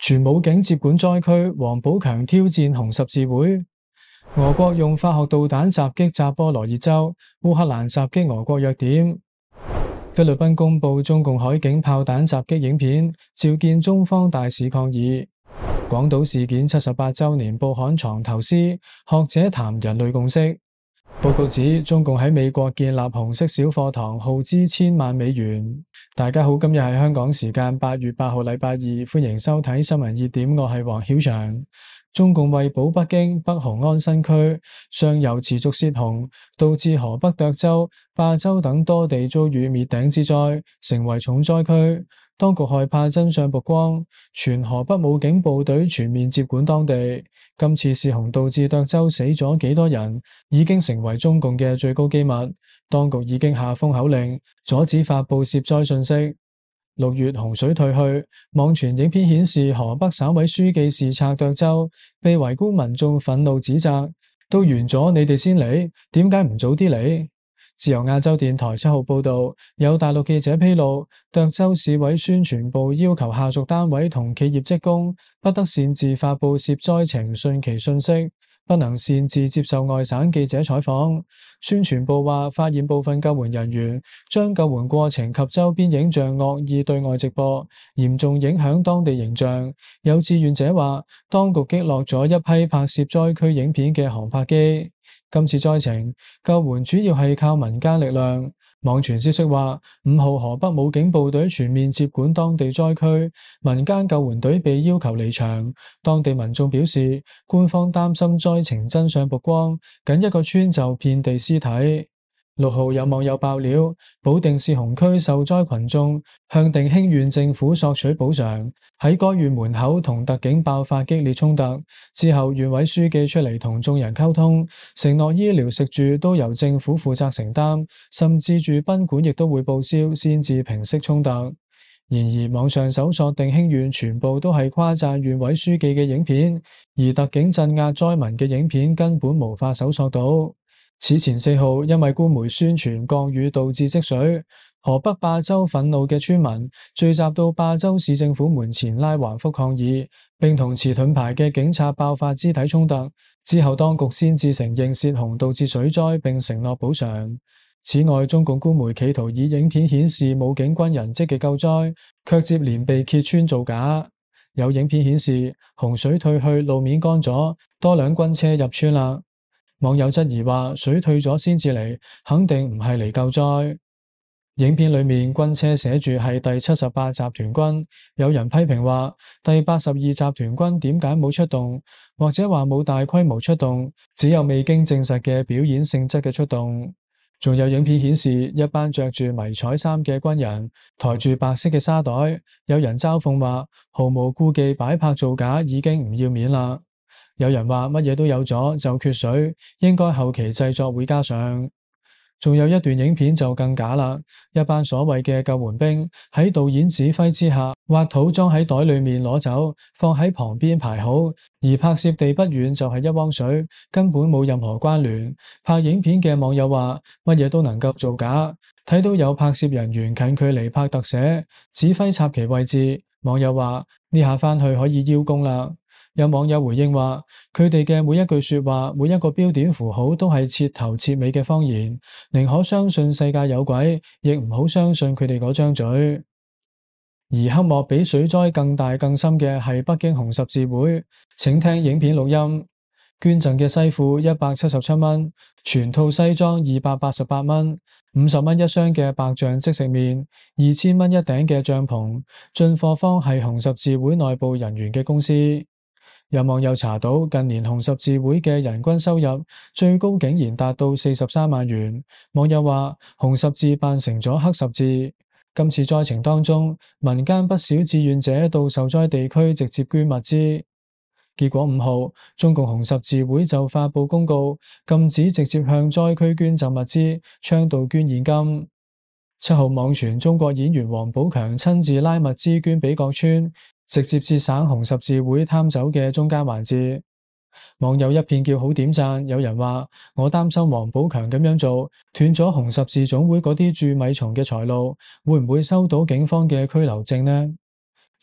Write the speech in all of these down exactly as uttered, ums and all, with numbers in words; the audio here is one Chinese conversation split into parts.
全武警接管災區，王寶強挑戰紅十字會。俄國用化學導彈襲擊扎波羅熱州，烏克蘭襲擊俄國弱點。菲律賓公布中共海警炮彈襲擊影片，召見中方大使抗議。廣島事件七十八週年報刊藏頭詩，學者談人類共識。報告指中共喺美國建立紅色小課堂，耗資千萬美元。大家好，今日係香港時間八月八號禮拜二，歡迎收睇新聞熱點，我係黃曉翔。中共為保北京、北雄安新區上游持續泄洪，導致河北涿州、霸州等多地遭遇滅頂之災，成為重災區。當局害怕真相曝光，全河北武警部隊全面接管當地。今次泄洪導致涿州死咗幾多人，已經成為中共嘅最高機密。當局已經下封口令，阻止發佈涉災信息。六月洪水退去，網傳影片顯示河北省委書記視察涿州，被圍觀民眾憤怒指責：都完咗，你哋先嚟，點解唔早啲嚟？自由亞洲電台七號報道，有大陸記者披露，涿州市委宣傳部要求下屬單位同企業職工不得擅自發佈涉災情汛期信息，不能擅自接受外省記者採訪。宣傳部話，發現部分救援人員將救援過程及周邊影像惡意對外直播，嚴重影響當地形象。有志願者話，當局擊落咗一批拍攝災區影片嘅航拍機。今次災情救援主要係靠民間力量。網傳消息話，五號河北武警部隊全面接管當地災區，民間救援隊被要求離場。當地民眾表示，官方擔心災情真相曝光，僅一個村就遍地屍體。六號有網友爆料，保定市洪區受災群眾向定興縣政府索取補償，喺該縣門口同特警爆發激烈衝突，之後縣委書記出嚟同眾人溝通，承諾醫療食住都由政府負責承擔，甚至住賓館亦都會報銷，先至平息衝突。然而網上搜索定興縣全部都係誇讚縣委書記嘅影片，而特警鎮壓災民嘅影片根本無法搜索到。此前四號，因為官媒宣傳降雨導致積水，河北霸州憤怒嘅村民聚集到霸州市政府門前拉橫幅抗議，並同持盾牌嘅警察爆發肢體衝突。之後當局先至承認泄洪導致水災，並承諾補償。此外，中共官媒企圖以影片顯示武警軍人積極救災，卻接連被揭穿造假。有影片顯示洪水退去，路面乾咗，多輛軍車入村啦。網友質疑話，水退咗先至嚟，肯定唔係嚟救災。影片裏面軍車寫住係第七十八集團軍，有人批評話第八十二集團軍點解冇出動，或者話冇大規模出動，只有未經證實嘅表演性質嘅出動。仲有影片顯示一班着住迷彩衫嘅軍人抬住白色嘅沙袋，有人嘲諷話毫無顧忌擺拍造假已經唔要面啦。有人話乜嘢都有咗就缺水，應該後期製作會加上。仲有一段影片就更假啦，一班所謂嘅救援兵喺導演指揮之下挖土裝喺袋裏面攞走，放喺旁邊排好，而拍攝地不遠就係一汪水，根本冇任何關聯。拍影片嘅網友話乜嘢都能夠造假，睇到有拍攝人員近距離拍特寫，指揮插旗位置，網友話呢下返去可以邀功啦。有網友回應話，佢哋嘅每一句說話，每一個標點符號都係徹頭徹尾嘅謊言，寧可相信世界有鬼，亦唔好相信佢哋嗰張嘴。而黑幕比水災更大更深嘅係北京紅十字會，請聽影片錄音。捐贈嘅西褲一百七十七蚊，全套西裝二百八十八蚊，五十蚊一箱嘅白醬即食麵，二千蚊一頂嘅帳篷，進貨方係紅十字會內部人員嘅公司。有網友查到近年紅十字會嘅人均收入最高竟然達到四十三萬元。網友話紅十字扮成咗黑十字。今次災情當中，民間不少志願者到受災地區直接捐物資。結果五號，中共紅十字會就發佈公告，禁止直接向災區捐贈物資，倡導捐現金。七號網傳中國演員王寶強親自拉物資捐俾各村，直接節省紅十字會貪走嘅中間環節。網友一片叫好點讚，有人話我擔心王寶強咁樣做斷咗紅十字總會嗰啲蛀米蟲嘅財路，會唔會收到警方嘅拘留證呢？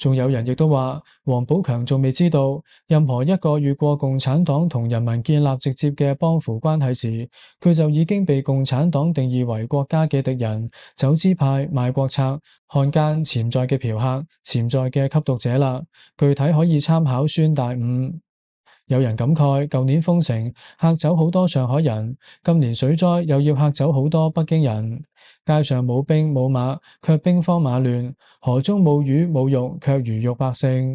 仲有人亦都話，王寶強仲未知道任何一個越過共產黨同人民建立直接嘅幫扶關係時，佢就已經被共產黨定義為國家嘅敵人、走資派、賣國賊、漢奸、潛在嘅嫖客、潛在嘅吸毒者啦。具體可以參考孫大午。有人感慨，舊年封城嚇走好多上海人，今年水災又要嚇走好多北京人。街上冇兵冇馬，卻兵荒馬亂；河中冇魚冇肉，卻魚肉百姓。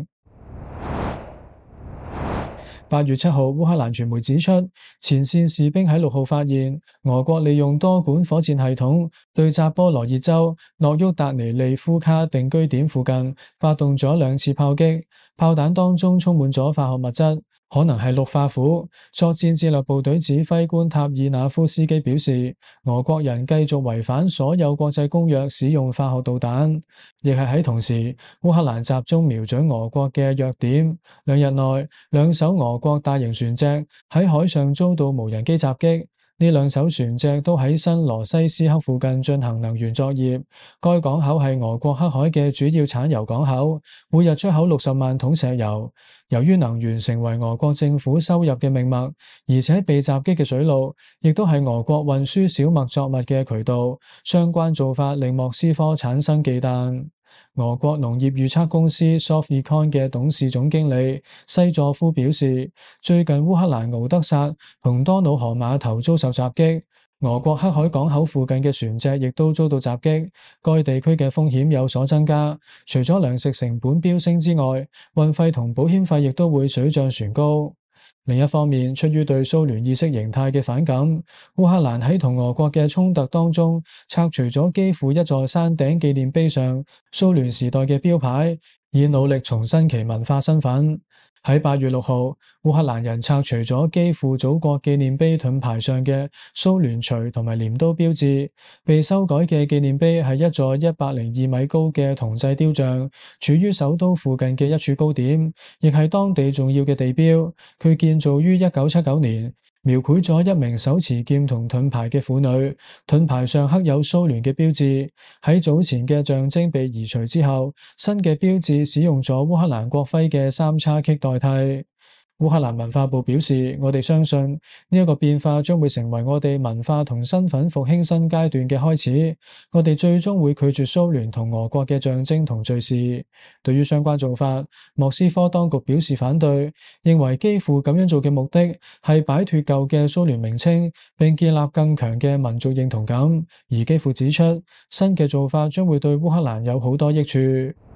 八月七號，烏克蘭傳媒指出，前線士兵喺六號發現俄國利用多管火箭系統對扎波羅熱州諾沃達尼利夫卡定居點附近發動咗兩次炮擊，炮彈當中充滿咗化學物質，可能係氯化鈷。作戰戰略部隊指揮官塔爾納夫斯基表示，俄國人繼續違反所有國際公約，使用化學導彈。亦係喺同時，烏克蘭集中瞄準俄國嘅弱點。兩日內，兩艘俄國大型船隻喺海上遭到無人機襲擊。呢兩艘船隻都喺新羅西斯克附近進行能源作業。該港口係俄國黑海嘅主要產油港口，每日出口六十萬桶石油。由於能源成為俄國政府收入嘅命脈，而且被襲擊嘅水路亦都係俄國運輸小麥作物嘅渠道，相關做法令莫斯科產生忌憚。俄國農業預測公司 Sofecon 嘅董事總經理西佐夫表示，最近烏克蘭敖德薩同多瑙河碼頭遭受襲擊，俄國黑海港口附近嘅船隻亦都遭到襲擊，該地區嘅風險有所增加。除咗糧食成本飆升之外，運費同保險費亦都會水漲船高。另一方面，出於對蘇聯意識形態嘅反感，烏克蘭喺同俄國嘅衝突當中拆除咗基輔一座山頂紀念碑上蘇聯時代嘅標牌，以努力重申其文化身份。喺八月六號，烏克蘭人拆除咗基輔祖國紀念碑盾牌上嘅蘇聯錘同埋鐮刀標誌，被修改嘅紀念碑係一座一百零二米高嘅銅製雕像，處於首都附近嘅一處高點，亦係當地重要嘅地標。佢建造於一九七九年。描繪咗一名手持劍同盾牌嘅婦女，盾牌上刻有蘇聯嘅標誌。喺早前嘅象徵被移除之後，新嘅標誌使用咗烏克蘭國徽嘅三叉戟代替。烏克蘭文化部表示，我哋相信呢一個變化將會成為我哋文化同身份復興新階段嘅開始。我哋最終會拒絕蘇聯同俄國嘅象徵同敘事。對於相關做法，莫斯科當局表示反對，認為基輔咁樣做嘅目的係擺脫舊嘅蘇聯名稱，並建立更強嘅民族認同感。而基輔指出，新嘅做法將會對烏克蘭有好多益處。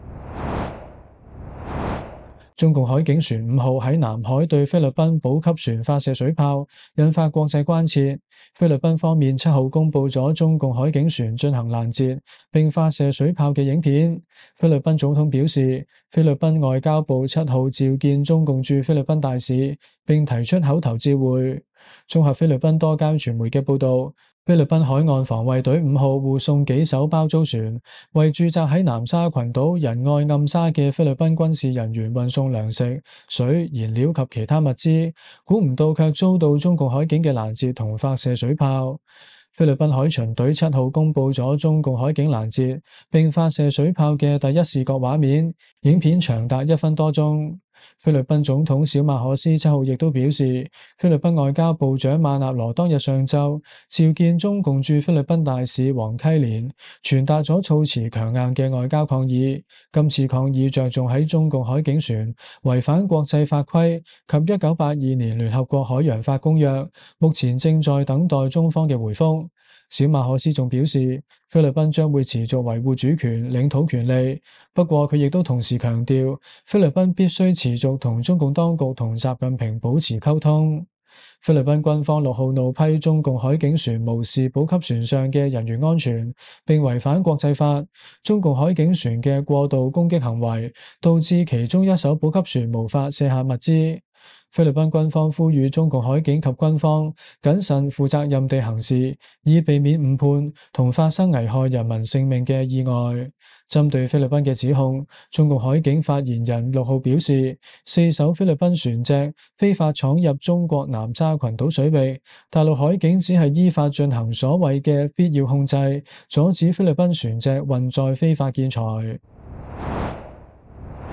中共海警船五號喺南海對菲律賓補給船發射水炮，引發國際關切。菲律賓方面七號公布咗中共海警船進行攔截並發射水炮嘅影片。菲律賓總統表示，菲律賓外交部七號召見中共駐菲律賓大使，並提出口頭照會。綜合菲律賓多間傳媒嘅報道，菲律賓海岸防衛隊五號護送幾艘包租船，為駐紮喺南沙群島仁愛暗沙嘅菲律賓軍事人員運送糧食、水、燃料及其他物資，估唔到卻遭到中共海警嘅攔截同發射水炮。菲律賓海巡隊七號公布咗中共海警攔截並發射水炮嘅第一視覺畫面，影片長達一分多鐘。菲律賓總統小馬可斯七號亦都表示，菲律賓外交部長馬納羅當日上晝召見中共駐菲律賓大使黃溪連，傳達咗措辭強硬嘅外交抗議。今次抗議着重喺中共海警船違反國際法規及一九八二年聯合國海洋法公約，目前正在等待中方嘅回覆。小馬可斯仲表示，菲律賓將會持續維護主權、領土權利。不過佢亦都同時強調，菲律賓必須持續同中共當局同習近平保持溝通。菲律賓軍方六號怒批中共海警船無視補給船上嘅人員安全，並違反國際法。中共海警船嘅過度攻擊行為，導致其中一艘補給船無法卸下物資。菲律賓軍方呼籲中共海警及軍方謹慎負責任地行事，以避免誤判同發生危害人民性命嘅意外。針對菲律賓嘅指控，中共海警發言人六號表示，四艘菲律賓船隻非法闖入中國南沙群島水域，大陸海警只係依法進行所謂嘅必要控制，阻止菲律賓船隻運載非法建材。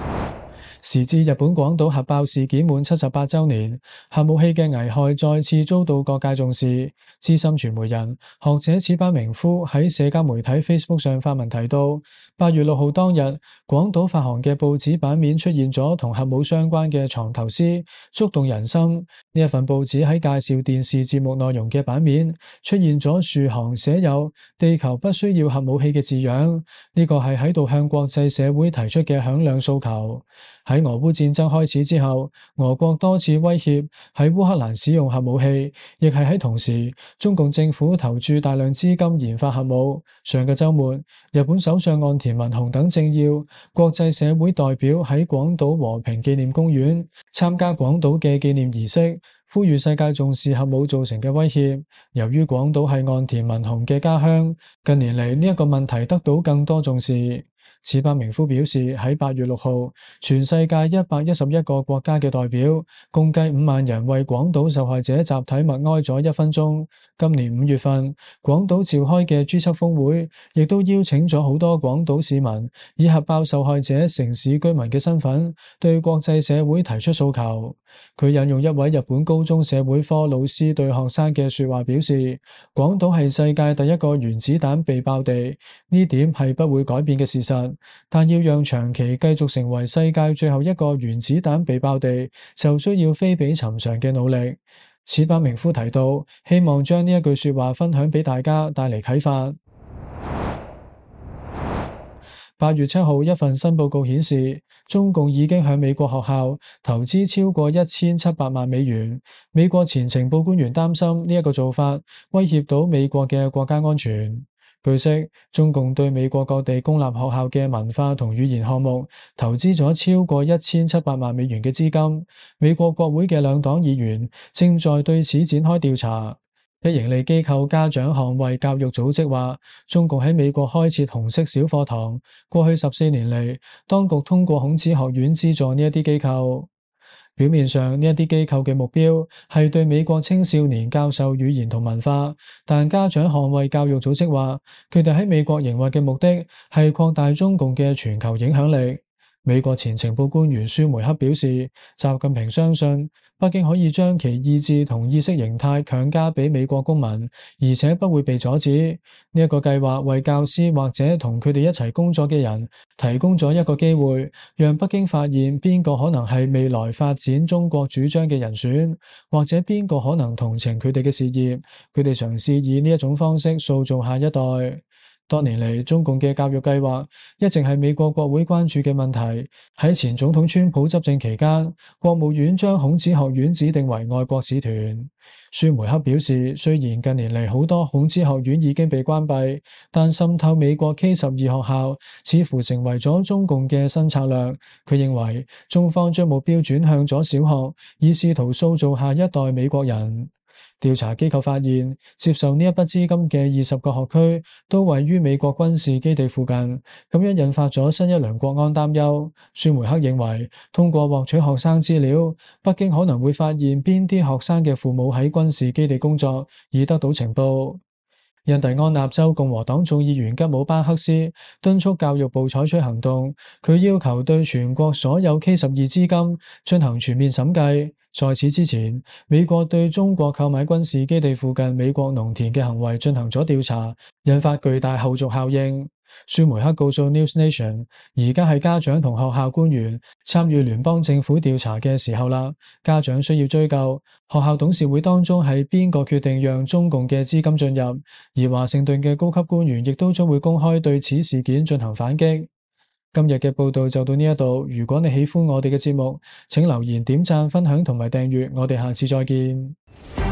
時至日本廣島核爆事件滿七十八週年，核武器嘅危害再次遭到各界重視。資深傳媒人、學者矢板明夫喺社交媒體 Facebook 上發文提到，八月六號當日，廣島發行嘅報紙版面出現咗同核武相關嘅藏頭詩，觸動人心。呢一份報紙喺介紹電視節目內容嘅版面出現咗數行寫有「地球不需要核武器」嘅字樣，呢個係喺度向國際社會提出嘅響亮訴求。喺俄烏戰爭開始之後，俄國多次威脅喺烏克蘭使用核武器，亦係喺同時，中共政府投注大量資金研發核武。上個週末，日本首相岸田文雄等政要、國際社會代表喺廣島和平紀念公園參加廣島嘅紀念儀式，呼籲世界重視核武造成嘅威脅。由於廣島係岸田文雄嘅家鄉，近年嚟呢一個問題得到更多重視。矢板明夫表示，喺八月六號，全世界一百一十一個國家嘅代表，共計五萬人為廣島受害者集體默哀咗一分鐘。今年五月份，廣島召開嘅 G 七峰會，亦都邀請咗好多廣島市民，以核爆受害者城市居民嘅身份，對國際社會提出訴求。佢引用一位日本高中社會科老師對學生嘅說話表示，廣島係世界第一個原子彈被爆地，呢點係不會改變嘅事實。但要讓長期繼續成為世界最後一個原子彈被爆地，就需要非比尋常嘅努力。矢板明夫提到，希望將呢一句說話分享俾大家，帶嚟啟發。八月七號，一份新報告顯示，中共已經向美國學校投資超過一千七百萬美元。美國前情報官員擔心呢一個做法威脅到美國嘅國家安全。據悉，中共對美國各地公立學校嘅文化同語言項目投資咗超過一千七百萬美元嘅資金。美國國會嘅兩黨議員正在對此展開調查。非營利機構家長捍衛教育組織話，中共喺美國開設紅色小課堂，過去十四年嚟，當局通過孔子學院資助呢一啲機構。表面上呢一啲機構嘅目標係對美國青少年教授語言同文化，但家長捍衛教育組織話，佢哋喺美國營運嘅目的係擴大中共嘅全球影響力。美國前情報官員舒梅克表示，習近平相信北京可以將其意志同意識形態強加俾美國公民，而且不會被阻止。呢一個計劃為教師或者同佢哋一齊工作嘅人提供咗一個機會，讓北京發現邊個可能係未來發展中國主張嘅人選，或者邊個可能同情佢哋嘅事業。佢哋嘗試以呢一種方式塑造下一代。多年嚟，中共嘅教育計劃一直係美國國會關注嘅問題。喺前總統川普執政期間，國務院將孔子學院指定為外國使團。舒梅克表示，雖然近年嚟好多孔子學院已經被關閉，但滲透美國 K 十二學校似乎成為咗中共嘅新策略。佢認為，中方將目標轉向咗小學，以試圖塑造下一代美國人。調查機構發現，接受呢一筆資金嘅二十個學區都位於美國軍事基地附近，咁樣引發咗新一輪國安擔憂。舒梅克認為，通過獲取學生資料，北京可能會發現邊啲學生嘅父母喺軍事基地工作，以得到情報。印第安納州共和黨眾議員吉姆巴克斯敦促教育部採取行動，佢要求對全國所有 K 十二資金進行全面審計。在此之前，美國對中國購買軍事基地附近美國農田嘅行為進行咗調查，引發巨大後續效應。舒梅克告訴 News Nation， 而家係家長同學校官員參與聯邦政府調查嘅時候啦，家長需要追究學校董事會當中係邊個決定讓中共嘅資金進入，而華盛頓嘅高級官員亦都將會公開對此事件進行反擊。今日嘅報道就到呢一度，如果你喜歡我哋嘅節目，請留言、點讚、分享同埋訂閱，我哋下次再見。